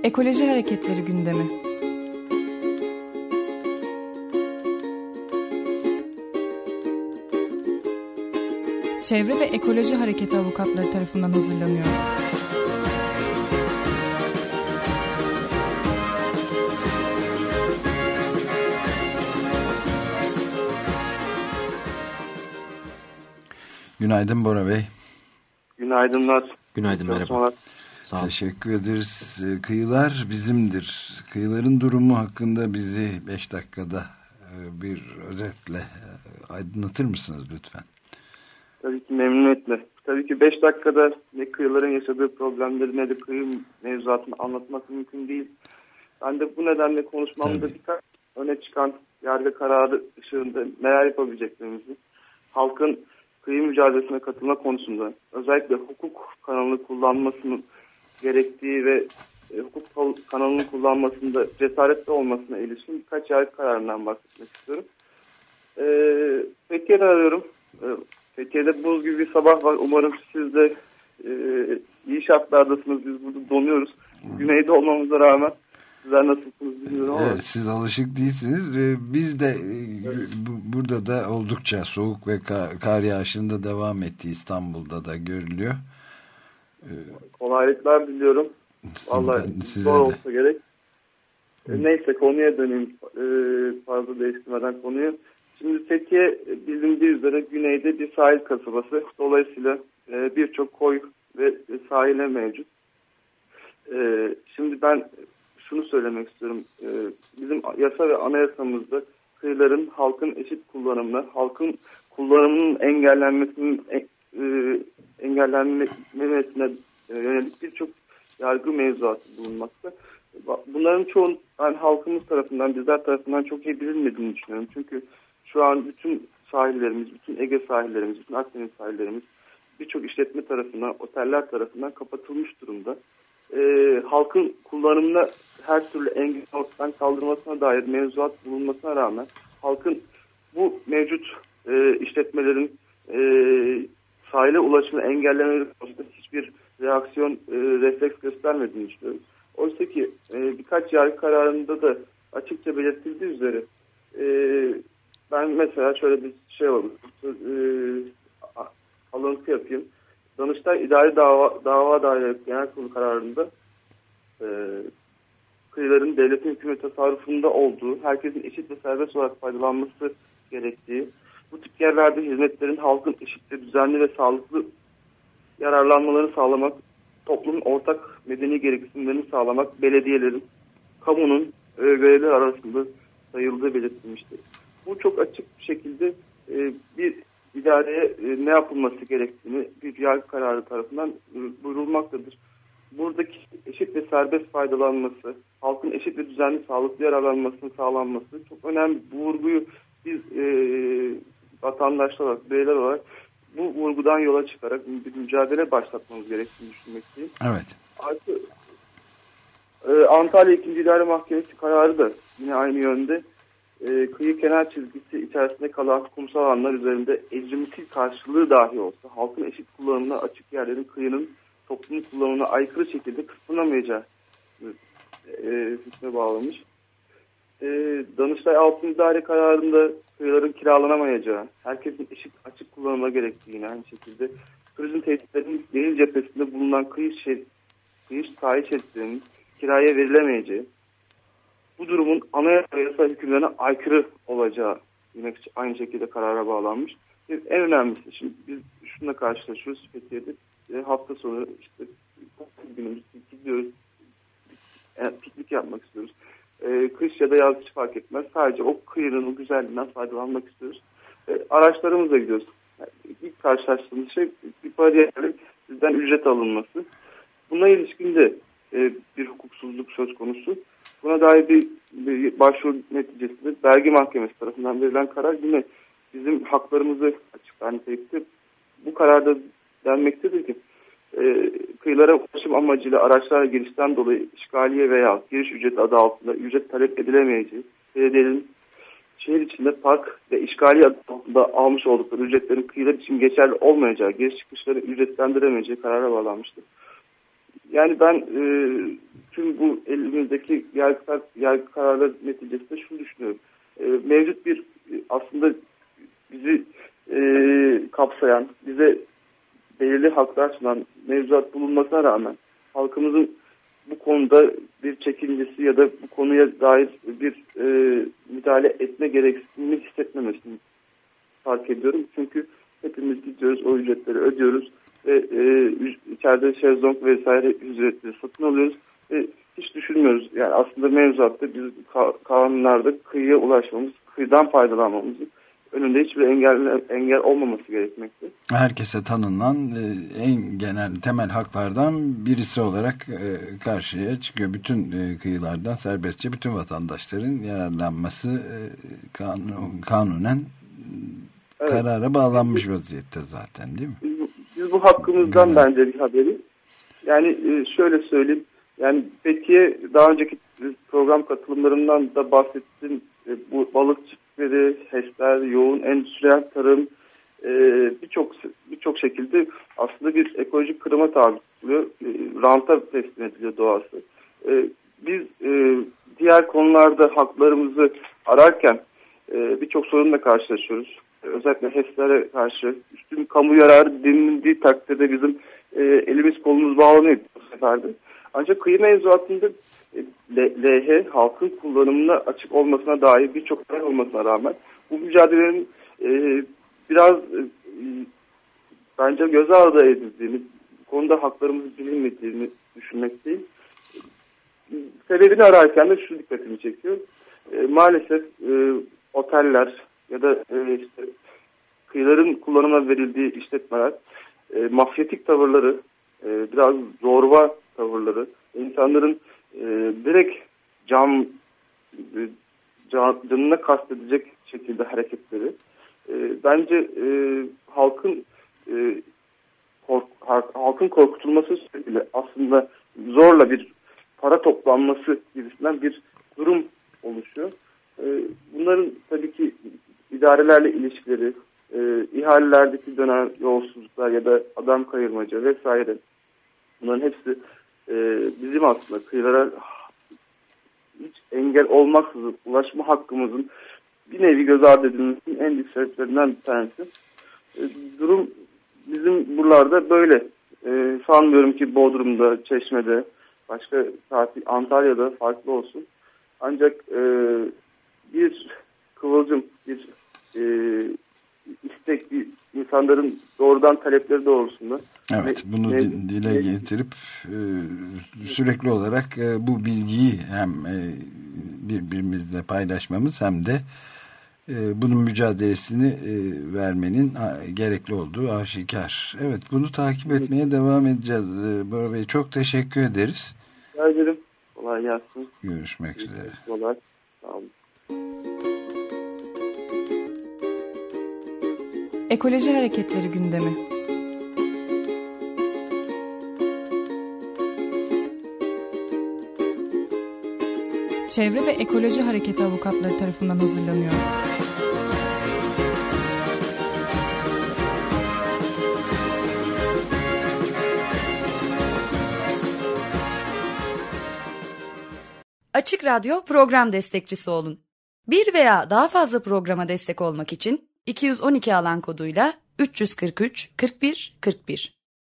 Ekoloji hareketleri gündemi. Çevre ve Ekoloji Hareketi avukatları tarafından hazırlanıyor. Günaydın Bora Bey. Günaydınlar. Günaydın, merhaba. Sağ olun. Teşekkür ederiz. Kıyılar bizimdir. Kıyıların durumu hakkında bizi 5 dakikada bir özetle aydınlatır mısınız lütfen? Tabii ki memnuniyetle. Tabii ki 5 dakikada ne kıyıların yaşadığı problemleri ne de kıyı mevzuatını anlatmak mümkün değil. Ben de bu nedenle konuşmamda birkaç öne çıkan yargı kararı ışığında neler yapabileceklerimizi, halkın kıyı mücadelesine katılma konusunda özellikle hukuk kanalını kullanmasının gerektiği ve hukuk kanalının kullanmasında cesaretli olmasına ilişkin birkaç yargı kararından bahsetmek istiyorum. Fethiye'den arıyorum. Fethiye'de buz gibi bir sabah var. Umarım siz de iyi şartlardasınız. Biz burada donuyoruz. Güneyde olmamıza rağmen sizler nasılsınız bilmiyorum ama. Evet, siz alışık değilsiniz. Biz de burada da oldukça soğuk ve kar yağışında devam etti. İstanbul'da da görülüyor. Kolaylıklar diliyorum. Vallahi zor olsa gerek. Neyse konuya döneyim. Fazla değiştirmeden konuyu. Şimdi Fethiye bilindiği üzere güneyde bir sahil kasabası. Dolayısıyla birçok koy ve sahile mevcut. Şimdi ben şunu söylemek istiyorum. Bizim yasa ve anayasamızda kıyıların halkın eşit kullanımına, halkın kullanımının engellenmemesine yönelik birçok yargı mevzuatı bulunmakta. Bunların çoğu ben halkımız tarafından, bizler tarafından çok iyi bilinmediğini düşünüyorum. Çünkü şu an bütün sahillerimiz, bütün Ege sahillerimiz, bütün Akdeniz sahillerimiz birçok işletme tarafından, oteller tarafından kapatılmış durumda. Halkın kullanımına her türlü engel ortadan kaldırmasına dair mevzuat bulunmasına rağmen halkın bu mevcut işletmelerin sahile ulaşımını engellemeleri konusunda hiçbir reaksiyon, refleks göstermediğini düşünüyorum. Oysa ki birkaç yargı kararında da açıkça belirtildiği üzere ben mesela şöyle bir şey oldu. Alıntı yapayım. Danıştay İdari Dava Dairesi Genel Kurulu kararında kıyıların devletin hükümet tasarrufunda olduğu, herkesin eşit ve serbest olarak faydalanması gerektiği, bu tip yerlerde hizmetlerin halkın eşit ve düzenli ve sağlıklı yararlanmalarını sağlamak, toplumun ortak medeni gereksinimlerini sağlamak, belediyelerin, kamunun görevler arasında sayıldığı belirtilmiştir. Bu çok açık bir şekilde bir idareye ne yapılması gerektiğini bir yargı kararı tarafından buyurulmaktadır. Buradaki eşit ve serbest faydalanması, halkın eşit ve düzenli sağlıklı yararlanmasının sağlanması çok önemli. Bu vurguyu biz vatandaşlar olarak, bireyler olarak bu vurgudan yola çıkarak bir mücadele başlatmamız gerektiğini düşünmekteyim. Evet. Artı Antalya 2. İdare Mahkemesi kararı da yine aynı yönde. Kıyı kenar çizgisi içerisinde kalan kumsal alanlar üzerinde ecrimsel karşılığı dahi olsa halkın eşit kullanımına açık yerlerin kıyının toplumun kullanımına aykırı şekilde kısıtlanamayacağı hükme bağlamış. Danıştay 6. İdare kararında kıyıların kiralanamayacağı, herkesin eşit açık kullanıma gerektiğini aynı şekilde turizm tesislerinin deniz cephesinde bulunan kıyı sahil şeritlerinin kiraya verilemeyeceği, bu durumun anayasa hükümlerine aykırı olacağı yine aynı şekilde karara bağlanmış. En önemlisi şimdi biz şununla karşılaşıyoruz Fethiye'de hafta sonu işte günümüz gidiyoruz, piknik yapmak istiyoruz. Kış ya da yaz hiç fark etmez. Sadece o kıyının o güzelliğinden faydalanmak istiyoruz. Araçlarımızla gidiyoruz. Yani ilk karşılaştığımız şey bir parayla bizden ücret alınması. Buna ilişkin de bir hukuksuzluk söz konusu. Buna dair bir başvuru neticesinde vergi mahkemesi tarafından verilen karar yine bizim haklarımızı açıklar nitelikte. Bu kararda denmektedir ki kıyılara ulaşım amacıyla araçlarla girişten dolayı işgaliye veya giriş ücreti adı altında ücret talep edilemeyeceği, belediyenin şehir içinde park ve işgaliye adı altında almış oldukları ücretlerin kıyılar için geçerli olmayacağı, giriş çıkışları ücretlendiremeyeceği karara bağlanmıştır. Yani ben tüm bu elimizdeki yargı kararları neticesinde şunu düşünüyorum. Mevcut bir aslında bizi kapsayan, bize belirli haklar sunan mevzuat bulunmasına rağmen halkımızın bu konuda bir çekincesi ya da bu konuya dair bir müdahale etme gereksinimi hissetmemesini fark ediyorum. Çünkü hepimiz gidiyoruz, o ücretleri ödüyoruz ve içeride şezlong vesaire ücretleri satın alıyoruz ve hiç düşünmüyoruz. Yani aslında mevzuatta biz kanunlarda kıyıya ulaşmamız, kıyıdan faydalanmamızın önünde hiçbir engel olmaması gerekmekte. Herkese tanınan en genel temel haklardan birisi olarak karşıya çıkıyor. Bütün kıyılardan serbestçe bütün vatandaşların yararlanması kanunen karara bağlanmış vaziyette zaten, değil mi? Biz bu hakkımızdan bence bir haberi. Yani şöyle söyleyeyim. Yani Fethiye daha önceki program katılımlarından da bahsettim. Bu balık çiftleri, HES'ler, yoğun endüstriyel tarım birçok şekilde aslında bir ekolojik kırıma tabi tutuluyor. Ranta teslim ediliyor doğası. Biz diğer konularda haklarımızı ararken birçok sorunla karşılaşıyoruz. Özellikle HES'lere karşı üstün kamu yararı denildiği takdirde bizim elimiz kolumuz bağlanıyor bu seferde. Ancak kıyı mevzuatında LH halkın kullanımına açık olmasına dair birçok karar olmasına rağmen bu mücadelenin biraz bence göz ardı edildiğini, konuda haklarımızın bilinmediğini düşünmekteyim. Sebebini ararken de şu dikkatimi çekiyor. Maalesef oteller ya da işte kıyıların kullanıma verildiği işletmeler mafyatik tavırları, biraz zorba tavırları, insanların direkt canına kastedecek şekilde hareketleri bence halkın korkutulması sürekli aslında zorla bir para toplanması gibisinden bir durum oluşuyor. Bunların tabii ki idarelerle ilişkileri, ihalelerdeki dönen yolsuzluklar ya da adam kayırmaca vesaire, bunların hepsi bizim aslında kıyılara hiç engel olmaksızın ulaşma hakkımızın bir nevi göz ardı edilmesinin en büyük sebeplerinden bir tanesi. Durum bizim buralarda böyle. Sanmıyorum ki Bodrum'da, Çeşme'de, başka tatil Antalya'da farklı olsun. Ancak bir kıvılcım, bir istek, bir insanların doğrudan talepleri doğrultusunda. Evet, bunu dile getirip sürekli olarak bu bilgiyi hem birbirimizle paylaşmamız hem de bunun mücadelesini vermenin gerekli olduğu aşikar. Evet, bunu takip etmeye devam edeceğiz. Bora Bey, çok teşekkür ederiz. Rica ederim. Kolay gelsin. Görüşmek üzere. Kolay. Sağ olun. Ekoloji Hareketleri gündemi. Çevre ve Ekoloji Hareketi avukatları tarafından hazırlanıyor. Açık Radyo program destekçisi olun. Bir veya daha fazla programa destek olmak için 212 alan koduyla 343 41 41